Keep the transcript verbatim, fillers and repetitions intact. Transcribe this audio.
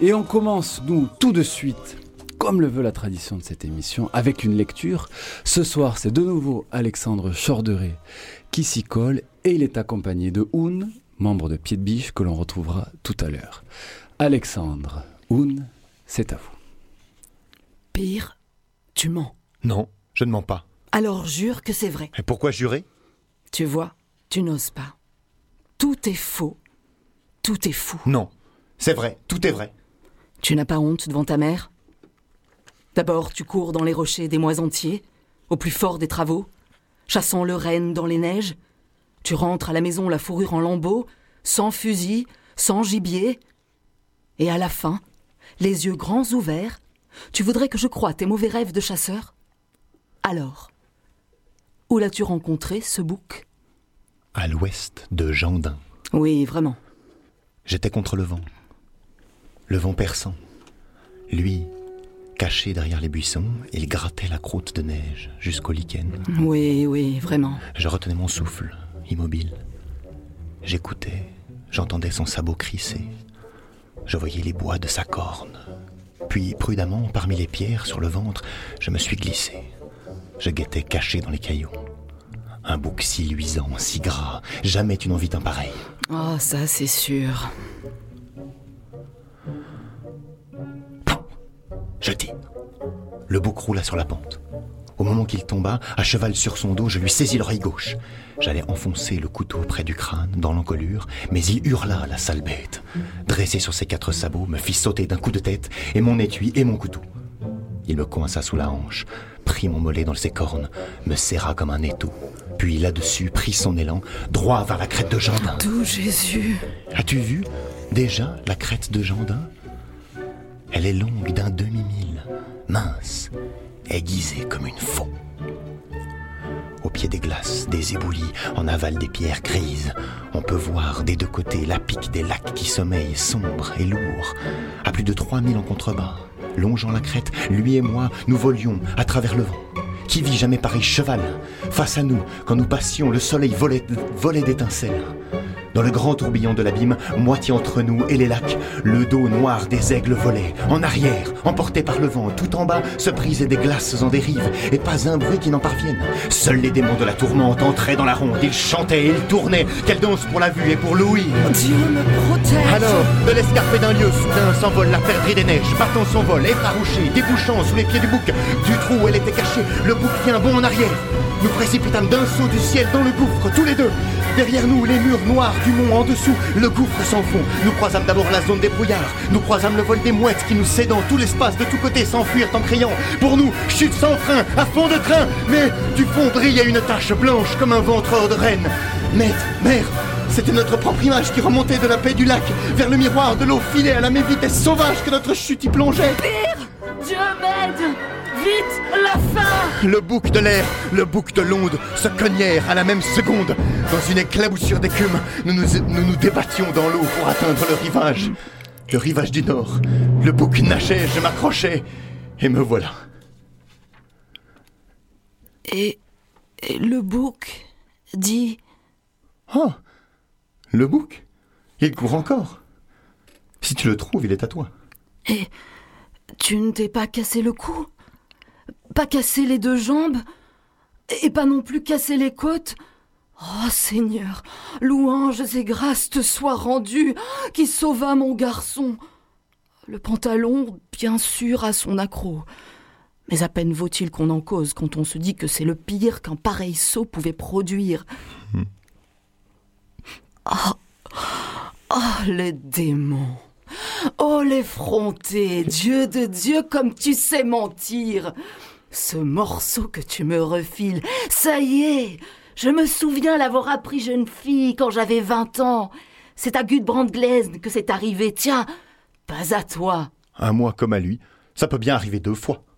Et on commence, nous, tout de suite, comme le veut la tradition de cette émission, avec une lecture. Ce soir, c'est de nouveau Alexandre Chorderet qui s'y colle et il est accompagné de Oun, membre de Pied de Biche, que l'on retrouvera tout à l'heure. Alexandre, Oun, c'est à vous. Pire, tu mens. Non, je ne mens pas. Alors jure que c'est vrai. Et pourquoi jurer ? Tu vois, tu n'oses pas. Tout est faux. Tout est fou. Non, c'est vrai, tout est vrai. Tu n'as pas honte devant ta mère ? D'abord, tu cours dans les rochers des mois entiers, au plus fort des travaux, chassant le renne dans les neiges. Tu rentres à la maison la fourrure en lambeaux, sans fusil, sans gibier. Et à la fin, les yeux grands ouverts, tu voudrais que je croie tes mauvais rêves de chasseur ? Alors, où l'as-tu rencontré, ce bouc ? À l'ouest de Gendun. Oui, vraiment. J'étais contre le vent. Le vent perçant. Lui, caché derrière les buissons, il grattait la croûte de neige jusqu'au lichen. Oui, oui, vraiment. Je retenais mon souffle, immobile. J'écoutais, j'entendais son sabot crisser. Je voyais les bois de sa corne. Puis, prudemment, parmi les pierres, sur le ventre, je me suis glissé. Je guettais caché dans les cailloux. Un bouc si luisant, si gras, jamais tu n'en vis un pareil. Oh, ça, c'est sûr. Je dis. Le bouc roula sur la pente. Au moment qu'il tomba, à cheval sur son dos, je lui saisis l'oreille gauche. J'allais enfoncer le couteau près du crâne, dans l'encolure, mais il hurla, la sale bête. Dressé sur ses quatre sabots, me fit sauter d'un coup de tête, et mon étui et mon couteau. Il me coinça sous la hanche, prit mon mollet dans ses cornes, me serra comme un étau, puis là-dessus prit son élan, droit vers la crête de Gendun. Tout Jésus. As-tu vu, déjà, la crête de Gendun ? Elle est longue d'un demi-mille, mince, aiguisée comme une faux. Au pied des glaces, des éboulis, en aval des pierres grises, on peut voir des deux côtés la pique des lacs qui sommeillent sombres et lourds, à plus de trois mille en contrebas. Longeant la crête, lui et moi, nous volions à travers le vent. Qui vit jamais pareil cheval ? Face à nous, quand nous passions, le soleil volait, volait d'étincelles. Dans le grand tourbillon de l'abîme, moitié entre nous et les lacs, le dos noir des aigles volait. En arrière, emporté par le vent, tout en bas, se brisaient des glaces en dérive, et pas un bruit qui n'en parvienne. Seuls les démons de la tourmente entraient dans la ronde. Ils chantaient et ils tournaient. Quelle danse pour la vue et pour l'ouïe. Dieu me protège. Alors, de l'escarpé d'un lieu soudain s'envole la perdrix des neiges, battant son vol, effarouché, débouchant sous les pieds du bouc. Du trou où elle était cachée, le bouc fit un bond en arrière. Nous précipitâmes d'un saut du ciel dans le gouffre, tous les deux. Derrière nous, les murs noirs du mont en dessous, le gouffre sans fond. Nous croisâmes d'abord la zone des brouillards. Nous croisâmes le vol des mouettes qui nous cédant tout l'espace de tous côtés s'enfuirent en criant. Pour nous, chute sans frein, à fond de train. Mais du fond brillait une tache blanche comme un ventreur de reine. Maître, mère, c'était notre propre image qui remontait de la paix du lac vers le miroir de l'eau filée à la même vitesse sauvage que notre chute y plongeait. Pire, Dieu m'aide. Vite, la fin. Le bouc de l'air, le bouc de l'onde se cognèrent à la même seconde. Dans une éclaboussure d'écume, nous nous, nous nous débattions dans l'eau pour atteindre le rivage. Le rivage du nord. Le bouc nageait, je m'accrochais, et me voilà. Et, et le bouc dit... Oh, le bouc, il court encore. Si tu le trouves, il est à toi. Et tu ne t'es pas cassé le cou ? Pas cassé les deux jambes ? Et pas non plus cassé les côtes ? Oh Seigneur, louanges et grâces te soient rendues, qui sauva mon garçon. Le pantalon, bien sûr, a son accroc. Mais à peine vaut-il qu'on en cause quand on se dit que c'est le pire qu'un pareil sot pouvait produire. Mmh. Oh, oh, les démons. Oh, l'effronté, Dieu de Dieu, comme tu sais mentir. Ce morceau que tu me refiles, ça y est, je me souviens l'avoir appris jeune fille quand j'avais vingt ans. C'est à Gudbrandglesne que c'est arrivé, tiens, pas à toi. À moi comme à lui, ça peut bien arriver deux fois.